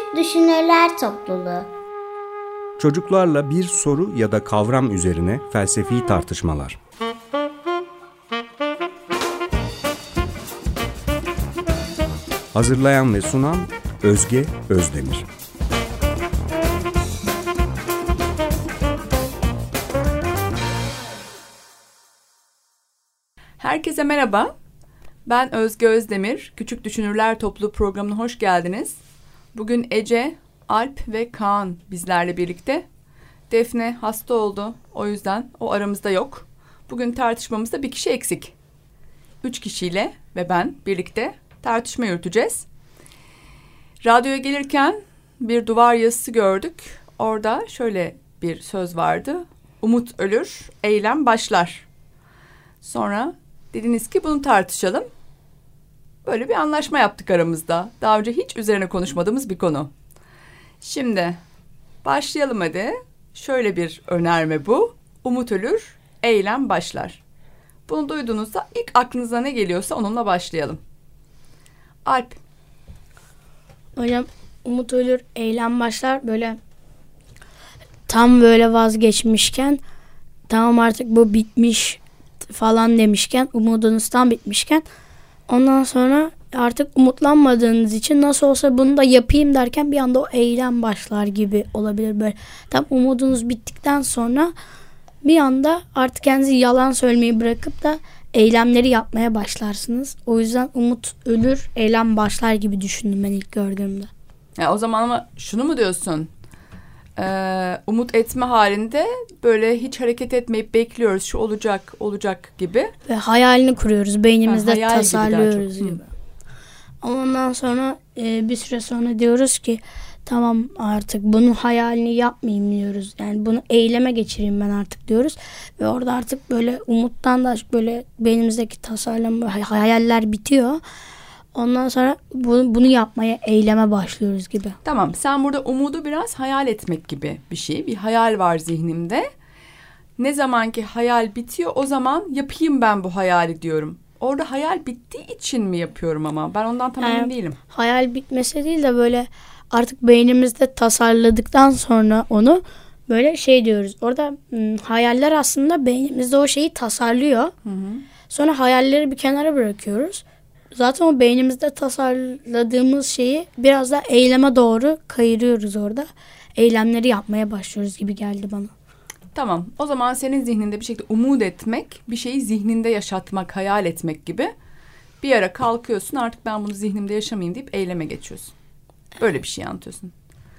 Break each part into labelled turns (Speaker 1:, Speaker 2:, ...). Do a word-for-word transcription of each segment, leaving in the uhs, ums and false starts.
Speaker 1: Küçük Düşünürler Topluluğu.
Speaker 2: Çocuklarla bir soru ya da kavram üzerine felsefi tartışmalar. Hazırlayan ve sunan Özge Özdemir.
Speaker 3: Herkese merhaba. Ben Özge Özdemir. Küçük Düşünürler Topluluğu programına hoş geldiniz. Bugün Ece, Alp ve Kaan bizlerle birlikte. Defne hasta oldu. O yüzden o aramızda yok. Bugün tartışmamızda bir kişi eksik. Üç kişiyle ve ben birlikte tartışma yürüteceğiz. Radyoya gelirken bir duvar yazısı gördük. Orada şöyle bir söz vardı. Umut ölür, eylem başlar. Sonra dediniz ki bunu tartışalım. Böyle bir anlaşma yaptık aramızda. Daha önce hiç üzerine konuşmadığımız bir konu. Şimdi başlayalım hadi. Şöyle bir önerme bu. Umut ölür, eylem başlar. Bunu duyduğunuzda ilk aklınıza ne geliyorsa onunla başlayalım. Alp.
Speaker 4: Hocam umut ölür, eylem başlar. Böyle tam böyle vazgeçmişken, tamam artık bu bitmiş falan demişken, umudunuz tam bitmişken, ondan sonra artık umutlanmadığınız için nasıl olsa bunu da yapayım derken bir anda o eylem başlar gibi olabilir böyle. Tam umudunuz bittikten sonra bir anda artık kendinizi yalan söylemeyi bırakıp da eylemleri yapmaya başlarsınız. O yüzden umut ölür, eylem başlar gibi düşündüm ben ilk gördüğümde.
Speaker 3: Ya o zaman ama şunu mu diyorsun? Ee, umut etme halinde böyle hiç hareket etmeyip bekliyoruz, şu olacak olacak gibi.
Speaker 4: Ve hayalini kuruyoruz, beynimizde
Speaker 3: ha,
Speaker 4: tasarlıyoruz
Speaker 3: gibi.
Speaker 4: gibi. Ondan sonra e, bir süre sonra diyoruz ki tamam artık bunun hayalini yapmayayım diyoruz. Yani bunu eyleme geçireyim ben artık diyoruz. Ve orada artık böyle umuttan da böyle beynimizdeki tasarlama, hayaller bitiyor. Ondan sonra bunu, bunu yapmaya, eyleme başlıyoruz gibi.
Speaker 3: Tamam, sen burada umudu biraz hayal etmek gibi bir şey. Bir hayal var zihnimde. Ne zaman ki hayal bitiyor o zaman yapayım ben bu hayali diyorum. Orada hayal bittiği için mi yapıyorum ama? Ben ondan tam emin
Speaker 4: yani,
Speaker 3: değilim.
Speaker 4: Hayal bitmese değil de böyle artık beynimizde tasarladıktan sonra onu böyle şey diyoruz. Orada hmm, hayaller aslında beynimizde o şeyi tasarlıyor. Hı hı. Sonra hayalleri bir kenara bırakıyoruz. Zaten o beynimizde tasarladığımız şeyi biraz da eyleme doğru kayırıyoruz orada. Eylemleri yapmaya başlıyoruz gibi geldi bana.
Speaker 3: Tamam. O zaman senin zihninde bir şekilde umut etmek, bir şeyi zihninde yaşatmak, hayal etmek gibi. Bir ara kalkıyorsun, artık ben bunu zihnimde yaşamayayım deyip eyleme geçiyorsun. Böyle bir şey anlatıyorsun.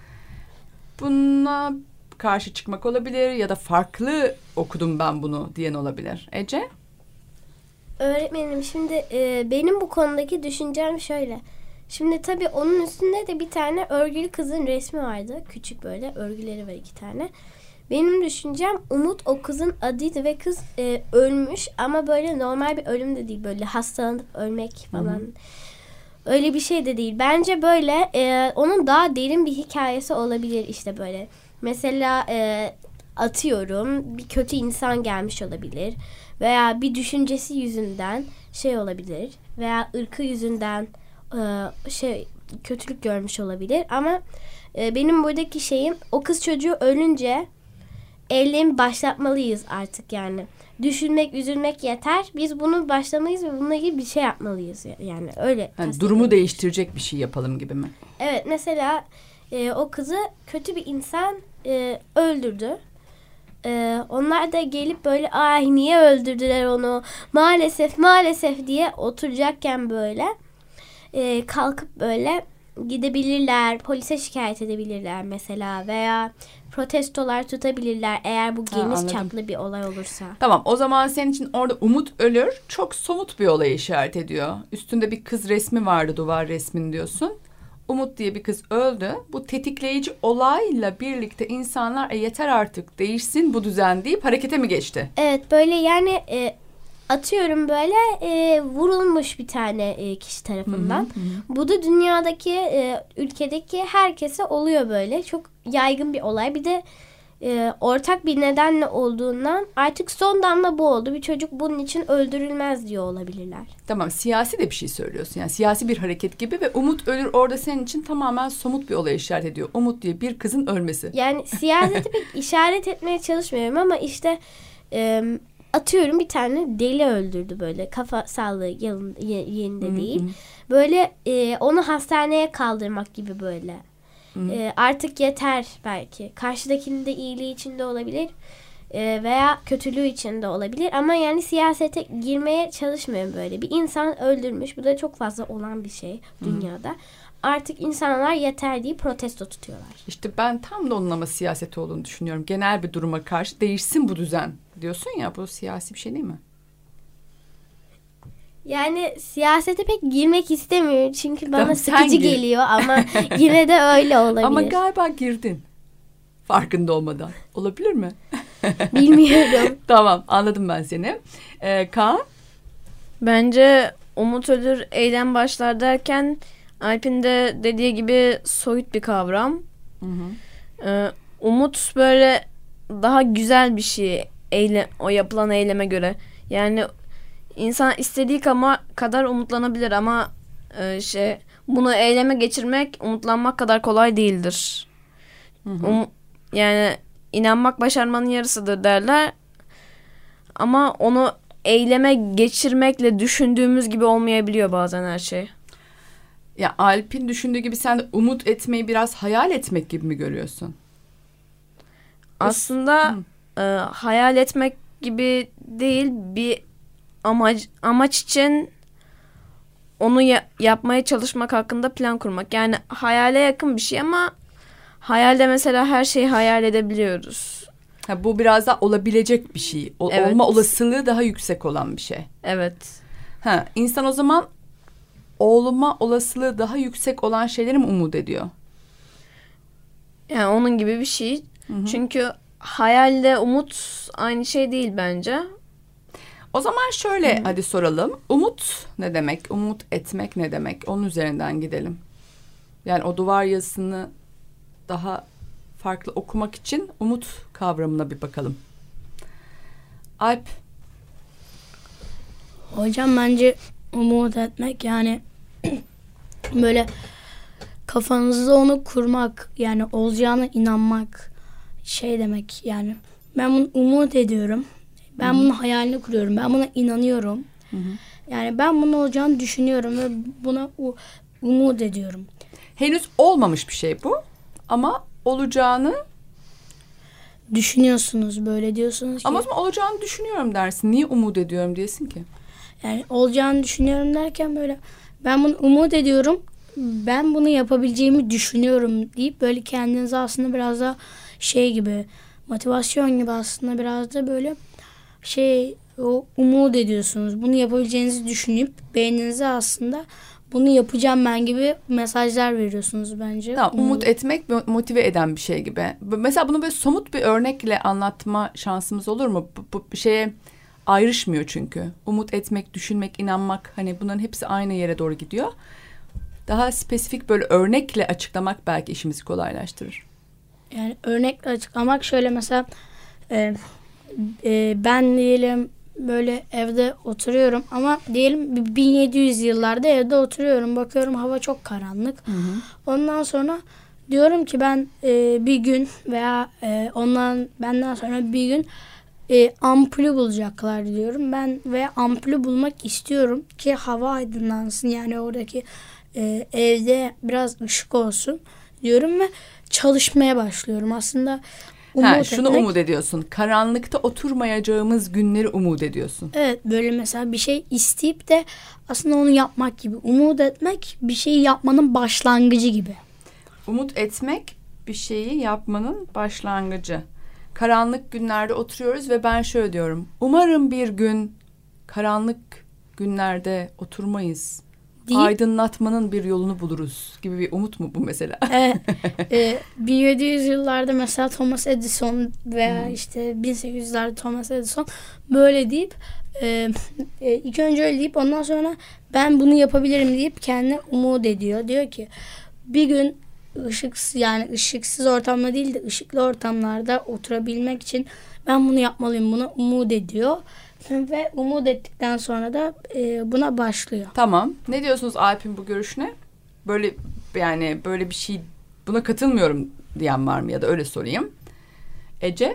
Speaker 3: Buna karşı çıkmak olabilir ya da farklı okudum ben bunu diyen olabilir. Ece?
Speaker 5: Öğretmenim şimdi e, benim bu konudaki düşüncem şöyle. Şimdi tabii onun üstünde de bir tane örgülü kızın resmi vardı. Küçük böyle örgüleri var iki tane. Benim düşüncem Umut o kızın adıydı ve kız e, ölmüş ama böyle normal bir ölüm de değil. Böyle hastalanıp ölmek falan. Hı-hı. Öyle bir şey de değil. Bence böyle e, onun daha derin bir hikayesi olabilir işte böyle. Mesela e, atıyorum bir kötü insan gelmiş olabilir. Veya bir düşüncesi yüzünden şey olabilir. Veya ırkı yüzünden e, şey kötülük görmüş olabilir. Ama e, benim buradaki şeyim o kız çocuğu ölünce eylemi başlatmalıyız artık yani. Düşünmek, üzülmek yeter. Biz bunu başlamalıyız ve bununla ilgili bir şey yapmalıyız. Yani öyle.
Speaker 3: Yani durumu değiştirecek bir şey yapalım gibi mi?
Speaker 5: Evet, mesela e, o kızı kötü bir insan e, öldürdü. E, onlar da gelip böyle ay niye öldürdüler onu? Maalesef maalesef diye oturacakken böyle e, kalkıp böyle gidebilirler, polise şikayet edebilirler mesela veya protestolar tutabilirler eğer bu geniş ha, çaplı bir olay olursa.
Speaker 3: Tamam, o zaman senin için orada umut ölür çok somut bir olaya işaret ediyor. Üstünde bir kız resmi vardı, duvar resmin diyorsun. Umut diye bir kız öldü. Bu tetikleyici olayla birlikte insanlar e, yeter artık değişsin bu düzen deyip harekete mi geçti?
Speaker 5: Evet, böyle yani e, atıyorum böyle e, vurulmuş bir tane e, kişi tarafından. Hı hı, hı. Bu da dünyadaki, e, ülkedeki herkese oluyor böyle. Çok yaygın bir olay. Bir de e, ortak bir nedenle olduğundan artık son damla bu oldu. Bir çocuk bunun için öldürülmez diyor olabilirler.
Speaker 3: Tamam, siyasi de bir şey söylüyorsun. Yani siyasi bir hareket gibi ve Umut ölür orada senin için tamamen somut bir olaya işaret ediyor. Umut diye bir kızın ölmesi.
Speaker 5: Yani siyaseti pek işaret etmeye çalışmıyorum ama işte e, atıyorum bir tane deli öldürdü böyle. Kafa sağlığı yanında, yerinde değil. Böyle e, onu hastaneye kaldırmak gibi böyle. E, artık yeter belki. Karşıdakinin de iyiliği içinde olabilir. E, veya kötülüğü içinde olabilir. Ama yani siyasete girmeye çalışmıyorum böyle. Bir insan öldürmüş. Bu da çok fazla olan bir şey dünyada. Artık insanlar yeter diye protesto tutuyorlar.
Speaker 3: İşte ben tam da onun ama siyaseti olduğunu düşünüyorum. Genel bir duruma karşı değişsin bu düzen diyorsun ya, bu siyasi bir şey değil mi?
Speaker 5: Yani siyasete pek girmek istemiyorum çünkü bana
Speaker 3: Tamam,
Speaker 5: sıkıcı
Speaker 3: gir.
Speaker 5: geliyor ama yine de öyle olabilir.
Speaker 3: Ama galiba girdin. Farkında olmadan. Olabilir mi?
Speaker 5: Bilmiyorum.
Speaker 3: Tamam, anladım ben seni. Ee, Kaan?
Speaker 6: Bence umut ölür eylem başlar derken Alp'in de dediği gibi soyut bir kavram.
Speaker 3: Hı hı.
Speaker 6: Ee, umut böyle daha güzel bir şey eyle, o yapılan eyleme göre. Yani insan istediği kama, kadar umutlanabilir ama e, şey bunu eyleme geçirmek umutlanmak kadar kolay değildir.
Speaker 3: Hı hı.
Speaker 6: Um, yani inanmak başarmanın yarısıdır derler. Ama onu eyleme geçirmekle düşündüğümüz gibi olmayabiliyor bazen her şey.
Speaker 3: Ya Alp'in düşündüğü gibi sen de umut etmeyi biraz hayal etmek gibi mi görüyorsun?
Speaker 6: Aslında e, hayal etmek gibi değil, bir amaç amaç için onu ya- yapmaya çalışmak hakkında plan kurmak. Yani hayale yakın bir şey ama hayalde mesela her şeyi hayal edebiliyoruz.
Speaker 3: Ha, bu biraz daha olabilecek bir şey. O,
Speaker 6: Evet.
Speaker 3: Olma olasılığı daha yüksek olan bir şey.
Speaker 6: Evet.
Speaker 3: Ha, insan o zaman olma olasılığı daha yüksek olan şeyleri mi umut ediyor?
Speaker 6: Yani onun gibi bir şey.
Speaker 3: Hı hı.
Speaker 6: Çünkü hayalle umut aynı şey değil bence.
Speaker 3: O zaman şöyle hadi soralım. Umut ne demek? Umut etmek ne demek? Onun üzerinden gidelim. Yani o duvar yazısını daha farklı okumak için umut kavramına bir bakalım. Alp.
Speaker 4: Hocam bence umut etmek yani böyle kafanızda onu kurmak, yani olacağına inanmak şey demek yani. Ben bunu umut ediyorum. Ben bunun hayalini kuruyorum. Ben buna inanıyorum.
Speaker 3: Hı hı.
Speaker 4: Yani ben bunun olacağını düşünüyorum ve buna u- umut ediyorum.
Speaker 3: Henüz olmamış bir şey bu. Ama olacağını
Speaker 4: Düşünüyorsunuz böyle, diyorsunuz ki.
Speaker 3: ama o zaman olacağını düşünüyorum dersin. Niye umut ediyorum diyesin ki?
Speaker 4: Yani olacağını düşünüyorum derken böyle ben bunu umut ediyorum. Ben bunu yapabileceğimi düşünüyorum deyip böyle kendinize aslında biraz da şey gibi, motivasyon gibi aslında biraz da böyle şey o umut ediyorsunuz. Bunu yapabileceğinizi düşünüp beyninize aslında bunu yapacağım ben gibi mesajlar veriyorsunuz bence.
Speaker 3: Tamam, umut etmek motive eden bir şey gibi. Mesela bunu böyle somut bir örnekle anlatma şansımız olur mu? Bu, bu bir şeye ayrışmıyor çünkü. Umut etmek, düşünmek, inanmak, hani bunların hepsi aynı yere doğru gidiyor. Daha spesifik böyle örnekle açıklamak belki işimizi kolaylaştırır.
Speaker 4: Yani örnekle açıklamak şöyle mesela e, e, ben diyelim böyle evde oturuyorum ama diyelim bin yedi yüz yıllarda evde oturuyorum. Bakıyorum hava çok karanlık.
Speaker 3: Hı hı.
Speaker 4: Ondan sonra diyorum ki ben e, bir gün veya e, ondan benden sonra bir gün e, ampulü bulacaklar diyorum. Ben ve ampulü bulmak istiyorum ki hava aydınlansın. Yani oradaki e, evde biraz ışık olsun diyorum ve çalışmaya başlıyorum. Aslında umut
Speaker 3: Ha, şunu
Speaker 4: etmek,
Speaker 3: umut ediyorsun. Karanlıkta oturmayacağımız günleri umut ediyorsun.
Speaker 4: evet, böyle mesela bir şey isteyip de aslında onu yapmak gibi. Umut etmek bir şeyi yapmanın başlangıcı gibi.
Speaker 3: Umut etmek bir şeyi yapmanın başlangıcı. Karanlık günlerde oturuyoruz ve ben şöyle diyorum. Umarım bir gün karanlık günlerde oturmayız.
Speaker 4: Deyip,
Speaker 3: Aydınlatmanın bir yolunu buluruz gibi bir umut mu bu mesela?
Speaker 4: Evet. e, bin yedi yüz yıllarda mesela Thomas Edison veya hmm. işte bin sekiz yüzlerde Thomas Edison böyle deyip e, e, ilk önce öyle deyip ondan sonra ben bunu yapabilirim deyip kendine umut ediyor. Diyor ki bir gün ışıksız yani ışıksız ortamda değil de ışıklı ortamlarda oturabilmek için ben bunu yapmalıyım, buna umut ediyor. Ve umut ettikten sonra da e, buna başlıyor.
Speaker 3: Tamam. Ne diyorsunuz Alp'in bu görüşüne? Böyle yani böyle bir şey, buna katılmıyorum diyen var mı, ya da öyle sorayım. Ece?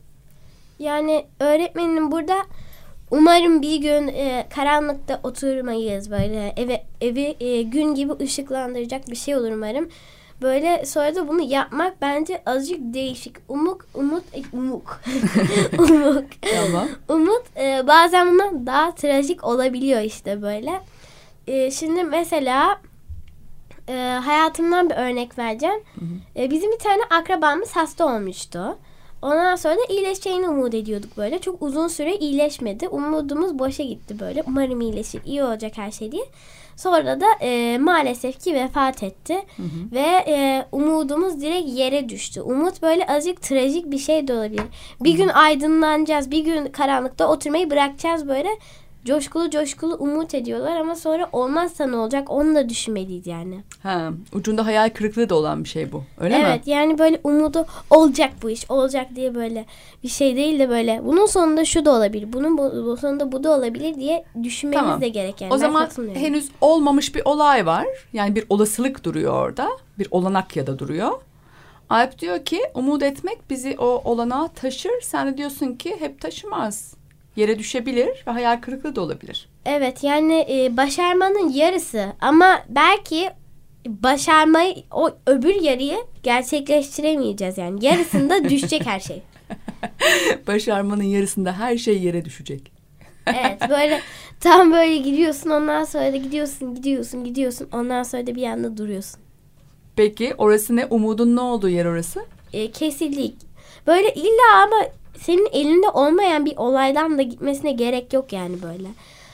Speaker 5: Yani öğretmenim burada umarım bir gün e, karanlıkta oturmayız, böyle eve evi e, gün gibi ışıklandıracak bir şey olur umarım. Böyle sonra da bunu yapmak bence azıcık değişik. Umuk, umut, umuk. umuk.
Speaker 3: Tamam.
Speaker 5: Umut e, bazen bundan daha trajik olabiliyor işte böyle. E, şimdi mesela e, hayatımdan bir örnek vereceğim. Hı hı. E, bizim bir tane akrabamız hasta olmuştu. Ondan sonra da iyileşeceğini umut ediyorduk böyle. Çok uzun süre iyileşmedi. Umudumuz boşa gitti böyle. Umarım iyileşir, iyi olacak her şey diye. Sonra da e, maalesef ki vefat etti. Hı hı. Ve e, umudumuz direkt yere düştü. Umut böyle azıcık trajik bir şey de olabilir. Bir hı hı. gün aydınlanacağız, bir gün karanlıkta oturmayı bırakacağız böyle. Coşkulu coşkulu umut ediyorlar ama sonra olmazsa ne olacak onu da düşünmeliyiz yani.
Speaker 3: Ha, ucunda hayal kırıklığı da olan bir şey bu. Öyle
Speaker 5: evet,
Speaker 3: mi?
Speaker 5: Evet, yani böyle umudu olacak bu iş, olacak diye böyle bir şey değil de böyle bunun sonunda şu da olabilir, bunun bu, bu sonunda bu da olabilir diye düşünmemiz tamam. de gerek yani.
Speaker 3: O zaman henüz olmamış bir olay var. Yani bir olasılık duruyor orada. Bir olanak ya da duruyor. Alp diyor ki umut etmek bizi o olanağa taşır. Sen de diyorsun ki hep taşımaz. Yere düşebilir ve hayal kırıklığı da olabilir.
Speaker 5: Evet, yani e, başarmanın yarısı ama belki başarmayı, o öbür yarıyı gerçekleştiremeyeceğiz yani. Yarısında düşecek her şey.
Speaker 3: Başarmanın yarısında her şey yere düşecek.
Speaker 5: Evet, böyle tam böyle gidiyorsun, ondan sonra da gidiyorsun gidiyorsun gidiyorsun ondan sonra da bir anda duruyorsun.
Speaker 3: Peki orası ne? Umudun ne olduğu yer orası?
Speaker 5: E, kesinlik. Böyle illa ama senin elinde olmayan bir olaydan da gitmesine gerek yok yani böyle.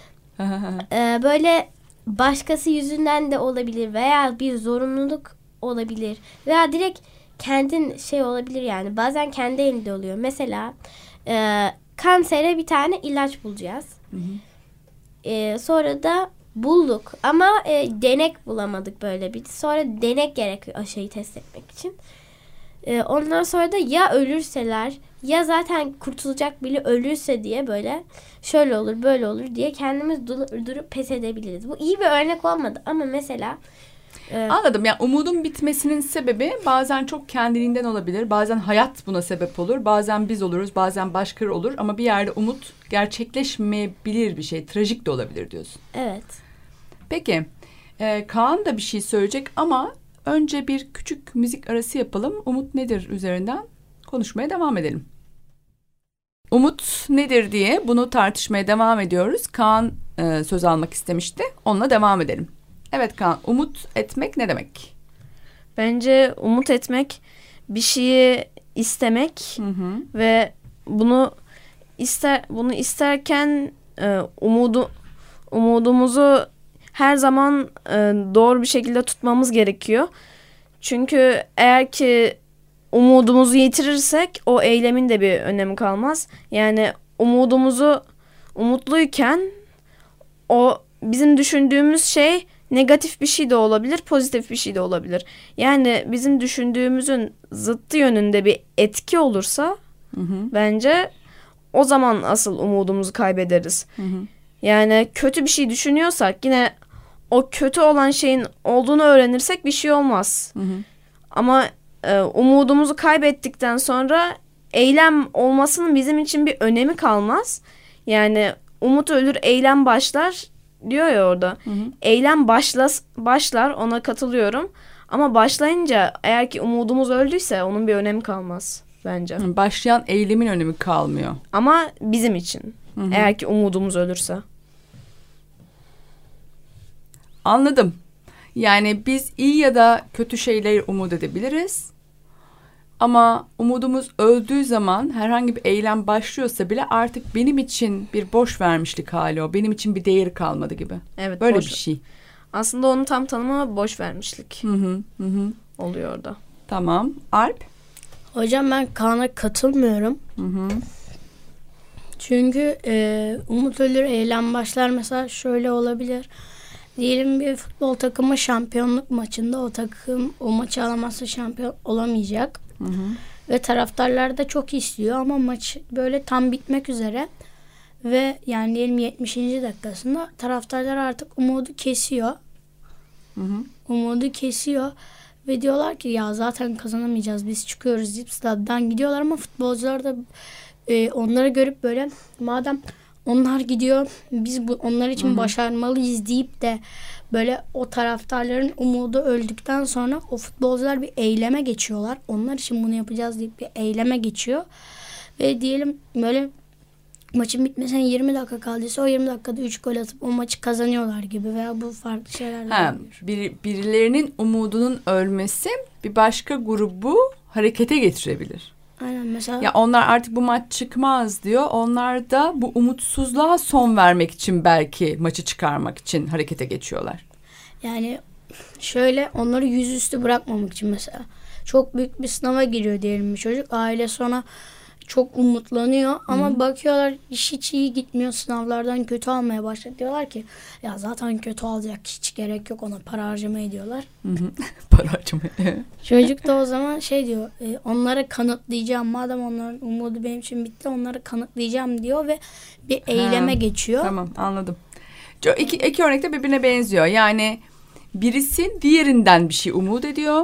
Speaker 5: ee, böyle başkası yüzünden de olabilir veya bir zorunluluk olabilir veya direkt kendin şey olabilir yani. Bazen kendi elinde oluyor. Mesela e, kansere bir tane ilaç bulacağız. Hı hı. E, sonra da bulduk ama e, denek bulamadık böyle bir. Sonra denek gerekiyor aşıyı test etmek için. E, ondan sonra da ya ölürseler ya zaten kurtulacak bile ölürse diye böyle şöyle olur böyle olur diye kendimiz dur- durup pes edebiliriz. Bu iyi bir örnek olmadı ama mesela e,
Speaker 3: anladım. Yani umudun bitmesinin sebebi bazen çok kendiliğinden olabilir. Bazen hayat buna sebep olur. Bazen biz oluruz. Bazen başkaları olur. Ama bir yerde umut gerçekleşmeyebilir bir şey. Trajik de olabilir diyorsun.
Speaker 5: Evet.
Speaker 3: Peki. E, Kaan da bir şey söyleyecek ama önce bir küçük müzik arası yapalım. Umut nedir üzerinden konuşmaya devam edelim. Umut nedir diye bunu tartışmaya devam ediyoruz. Kaan e, söz almak istemişti. Onunla devam edelim. Evet Kaan, umut etmek ne demek?
Speaker 6: Bence umut etmek bir şeyi istemek hı hı. ve bunu ister bunu isterken e, umudu umudumuzu her zaman e, doğru bir şekilde tutmamız gerekiyor. Çünkü eğer ki umudumuzu yitirirsek o eylemin de bir önemi kalmaz. Yani umudumuzu umutluyken o bizim düşündüğümüz şey negatif bir şey de olabilir, pozitif bir şey de olabilir. Yani bizim düşündüğümüzün zıttı yönünde bir etki olursa hı hı. bence o zaman asıl umudumuzu kaybederiz. Hı hı. Yani kötü bir şey düşünüyorsak yine o kötü olan şeyin olduğunu öğrenirsek bir şey olmaz. Hı hı. Ama e, umudumuzu kaybettikten sonra eylem olmasının bizim için bir önemi kalmaz. Yani umut ölür, eylem başlar diyor ya orada. Hı hı. Eylem başlas, başlar, ona katılıyorum. Ama başlayınca eğer ki umudumuz öldüyse onun bir önemi kalmaz bence.
Speaker 3: Başlayan eylemin önemi kalmıyor.
Speaker 6: Ama bizim için. Hı hı. Eğer ki umudumuz ölürse.
Speaker 3: Anladım. Yani biz iyi ya da kötü şeyleri umut edebiliriz. Ama umudumuz öldüğü zaman herhangi bir eylem başlıyorsa bile artık benim için bir boş vermişlik hali o. Benim için bir değeri kalmadı gibi.
Speaker 6: Evet,
Speaker 3: böyle
Speaker 6: boş.
Speaker 3: bir şey.
Speaker 6: Aslında onun tam tanımı boş vermişlik.
Speaker 3: Hı hı, hı.
Speaker 6: Oluyor orada.
Speaker 3: Tamam. Alp?
Speaker 4: Hocam ben Kaan'a katılmıyorum. Hı hı. Çünkü e, umut ölür eylem başlar mesela şöyle olabilir. Diyelim bir futbol takımı şampiyonluk maçında o takım o maçı alamazsa şampiyon olamayacak.
Speaker 3: Hı hı.
Speaker 4: Ve taraftarlar da çok istiyor ama maç böyle tam bitmek üzere. Ve yani diyelim yetmişinci dakikasında taraftarlar artık umudu kesiyor.
Speaker 3: Hı hı.
Speaker 4: Umudu kesiyor. Ve diyorlar ki ya zaten kazanamayacağız, biz çıkıyoruz deyip staddan gidiyorlar ama futbolcular da e, onları görüp böyle madem onlar gidiyor biz bu onlar için
Speaker 3: Hı hı.
Speaker 4: başarmalıyız deyip de böyle o taraftarların umudu öldükten sonra o futbolcular bir eyleme geçiyorlar. Onlar için bunu yapacağız deyip bir eyleme geçiyor. Ve diyelim böyle maçın bitmesine yirmi dakika kaldıysa o yirmi dakikada üç gol atıp o maçı kazanıyorlar gibi veya bu farklı şeyler de
Speaker 3: Ha,
Speaker 4: olabilir.
Speaker 3: bir, birilerinin umudunun ölmesi bir başka grubu harekete getirebilir.
Speaker 4: Aynen mesela.
Speaker 3: Ya onlar artık bu maç çıkmaz diyor. Onlar da bu umutsuzluğa son vermek için belki maçı çıkarmak için harekete geçiyorlar.
Speaker 4: Yani şöyle onları yüzüstü bırakmamak için mesela çok büyük bir sınava giriyor diyelim bir çocuk. Aile sonra çok umutlanıyor ama
Speaker 3: Hı-hı.
Speaker 4: bakıyorlar iş hiç iyi gitmiyor, sınavlardan kötü almaya başladı. Diyorlar ki ya zaten kötü alacak, hiç gerek yok ona, para harcamayı diyorlar.
Speaker 3: Para harcamayı.
Speaker 4: Çocuk da o zaman şey diyor, e, onlara kanıtlayacağım, madem onların umudu benim için bitti onları kanıtlayacağım diyor ve bir eyleme
Speaker 3: Ha,
Speaker 4: geçiyor.
Speaker 3: Tamam, anladım. Çok, iki, iki örnek de birbirine benziyor. Yani birisi diğerinden bir şey umut ediyor.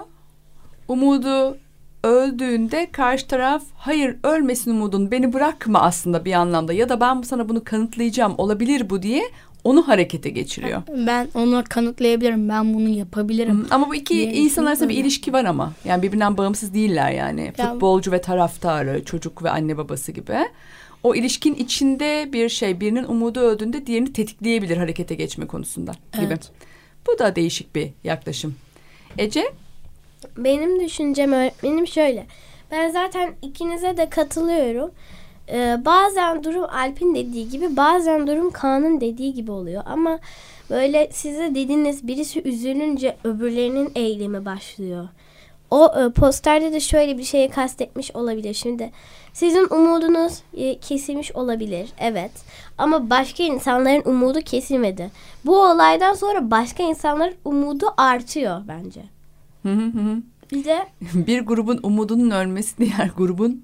Speaker 3: Umudu öldüğünde karşı taraf hayır ölmesin umudun, beni bırakma aslında bir anlamda ya da ben sana bunu kanıtlayacağım, olabilir bu diye onu harekete geçiriyor.
Speaker 4: Ben onu kanıtlayabilirim, ben bunu yapabilirim.
Speaker 3: Hı, Ama bu iki
Speaker 4: diye
Speaker 3: insan arasında bir
Speaker 4: düşünüyorum.
Speaker 3: ilişki var ama. Yani birbirinden bağımsız değiller yani.
Speaker 4: Ya-
Speaker 3: Futbolcu ve taraftarı, çocuk ve anne babası gibi. O ilişkin içinde bir şey, birinin umudu öldüğünde diğerini tetikleyebilir harekete geçme konusunda gibi.
Speaker 4: Evet.
Speaker 3: Bu da değişik bir yaklaşım. Ece?
Speaker 5: Benim düşüncem öğretmenim şöyle. Ben zaten ikinize de katılıyorum. Ee, bazen durum Alp'in dediği gibi, bazen durum Kaan'ın dediği gibi oluyor. Ama böyle size dediğiniz birisi üzülünce öbürlerinin eylemi başlıyor. O e, posterde de şöyle bir şeye kastetmiş olabilir. Şimdi sizin umudunuz e, kesilmiş olabilir. Evet. Ama başka insanların umudu kesilmedi. Bu olaydan sonra başka insanların umudu artıyor bence.
Speaker 3: Hı hı hı.
Speaker 5: Bir de
Speaker 3: Bir grubun umudunun ölmesi diğer grubun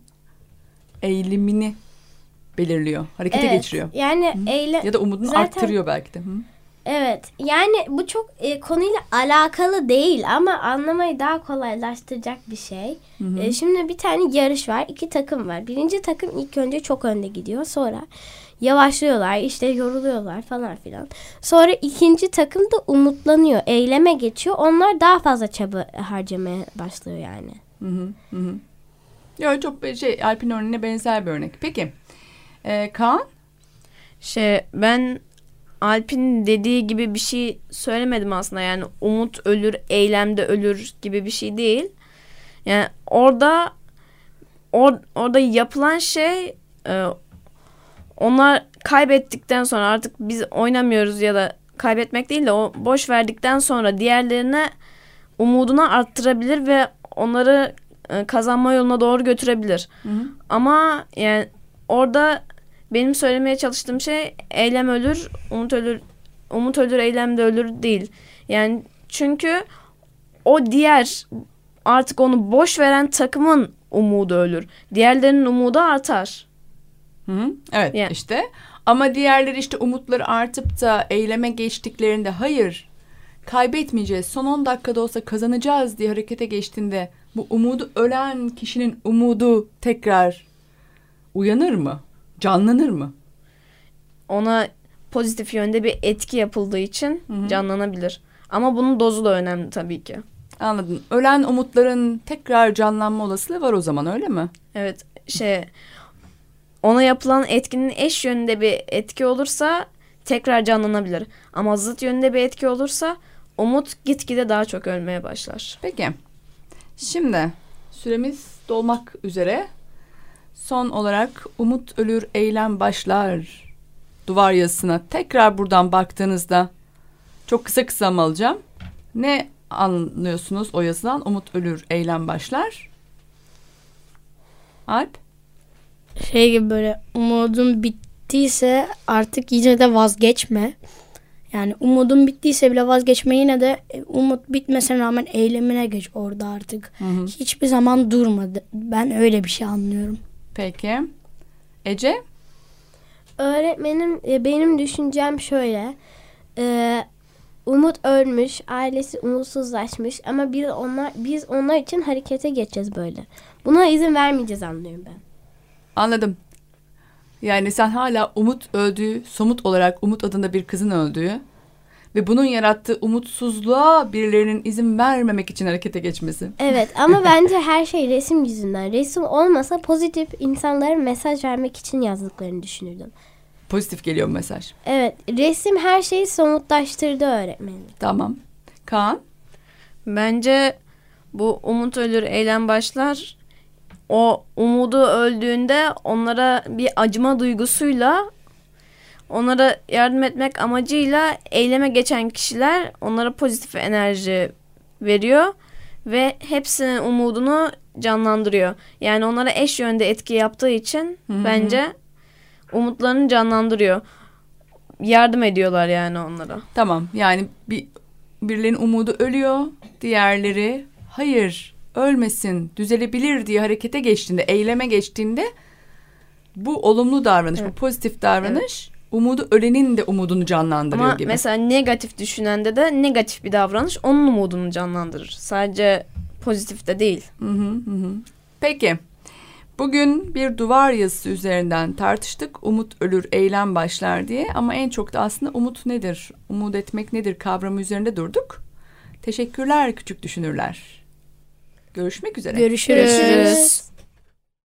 Speaker 3: eğilimini belirliyor. Harekete
Speaker 5: evet,
Speaker 3: geçiriyor.
Speaker 5: yani eyle
Speaker 3: Ya da umudunu
Speaker 5: zaten-
Speaker 3: arttırıyor belki de. Hı.
Speaker 5: Evet. Yani bu çok e, konuyla alakalı değil ama anlamayı daha kolaylaştıracak bir şey.
Speaker 3: Hı hı.
Speaker 5: E, şimdi bir tane yarış var. İki takım var. Birinci takım ilk önce çok önde gidiyor. Sonra yavaşlıyorlar, işte yoruluyorlar falan filan. Sonra ikinci takım da umutlanıyor. Eyleme geçiyor. Onlar daha fazla çaba harcamaya başlıyor yani.
Speaker 3: Hı hı hı. hı. Ya çok şey, Alp'in örneğine benzer bir örnek. Peki. Ee, Kaan?
Speaker 6: Şey ben Alp'in dediği gibi bir şey söylemedim aslında. Yani umut ölür, eylemde ölür gibi bir şey değil. Yani orada or, orada yapılan şey e, onlar kaybettikten sonra artık biz oynamıyoruz ya da kaybetmek değil de o boş verdikten sonra diğerlerine umudunu arttırabilir ve onları e, kazanma yoluna doğru götürebilir.
Speaker 3: Hı hı.
Speaker 6: Ama yani orada benim söylemeye çalıştığım şey eylem ölür, umut ölür, umut ölür, eylem de ölür değil. Yani çünkü o diğer artık onu boş veren takımın umudu ölür. Diğerlerinin umudu artar.
Speaker 3: Hı hı. Evet
Speaker 6: Yani.
Speaker 3: işte. Ama diğerleri işte umutları artıp da eyleme geçtiklerinde hayır kaybetmeyeceğiz, son on dakikada olsa kazanacağız diye harekete geçtiğinde bu umudu ölen kişinin umudu tekrar uyanır mı? Canlanır mı?
Speaker 6: Ona pozitif yönde bir etki yapıldığı için
Speaker 3: Hı hı.
Speaker 6: canlanabilir. Ama bunun dozu da önemli tabii ki.
Speaker 3: Anladın. Ölen umutların tekrar canlanma olasılığı var o zaman, öyle mi?
Speaker 6: Evet, şey ona yapılan etkinin eş yönünde bir etki olursa tekrar canlanabilir. Ama zıt yönünde bir etki olursa umut gitgide daha çok ölmeye başlar.
Speaker 3: Peki. Şimdi süremiz dolmak üzere. Son olarak umut ölür, eylem başlar duvar yazısına tekrar buradan baktığınızda çok kısa kısa mı alacağım? Ne anlıyorsunuz o yazıdan? Umut ölür, eylem başlar. Alp?
Speaker 4: Şey gibi böyle umudun bittiyse artık yine de vazgeçme. Yani umudun bittiyse bile vazgeçme, yine de e, umut bitmesine rağmen eylemine geç orada artık.
Speaker 3: Hı hı.
Speaker 4: Hiçbir zaman durmadı. Ben öyle bir şey anlıyorum.
Speaker 3: Peki. Ece?
Speaker 5: Öğretmenim e, benim düşüncem şöyle. E, Umut ölmüş, ailesi umutsuzlaşmış ama biz onlar biz onlar için harekete geçeceğiz böyle. Buna izin vermeyeceğiz anlıyorum ben.
Speaker 3: Anladım. Yani sen hala Umut öldüğü, somut olarak Umut adında bir kızın öldüğü ve bunun yarattığı umutsuzluğa birilerinin izin vermemek için harekete geçmesi.
Speaker 5: Evet ama bence her şey resim yüzünden. Resim olmasa pozitif insanlara mesaj vermek için yazdıklarını düşünürdüm.
Speaker 3: Pozitif geliyor bu mesaj.
Speaker 5: Evet, resim her şeyi somutlaştırdı öğretmenim.
Speaker 3: Tamam. Kaan?
Speaker 6: Bence bu umut ölür eylem başlar. O umudu öldüğünde onlara bir acıma duygusuyla, onlara yardım etmek amacıyla eyleme geçen kişiler onlara pozitif enerji veriyor ve hepsinin umudunu canlandırıyor. Yani onlara eş yönde etki yaptığı için
Speaker 3: Hı-hı.
Speaker 6: bence umutlarını canlandırıyor. Yardım ediyorlar yani onlara.
Speaker 3: Tamam. Yani bir birilerinin umudu ölüyor, diğerleri hayır ölmesin, düzelebilir diye harekete geçtiğinde, eyleme geçtiğinde bu olumlu davranış,
Speaker 6: Evet.
Speaker 3: bu pozitif davranış umudu ölenin de umudunu canlandırıyor
Speaker 6: Ama
Speaker 3: gibi.
Speaker 6: mesela negatif düşünende de negatif bir davranış onun umudunu canlandırır. Sadece pozitif de değil.
Speaker 3: Hı hı hı. Peki. Bugün bir duvar yazısı üzerinden tartıştık. Umut ölür, eylem başlar diye. Ama en çok da aslında umut nedir, umut etmek nedir kavramı üzerinde durduk. Teşekkürler küçük düşünürler. Görüşmek üzere.
Speaker 4: Görüşürüz.
Speaker 5: Görüşürüz.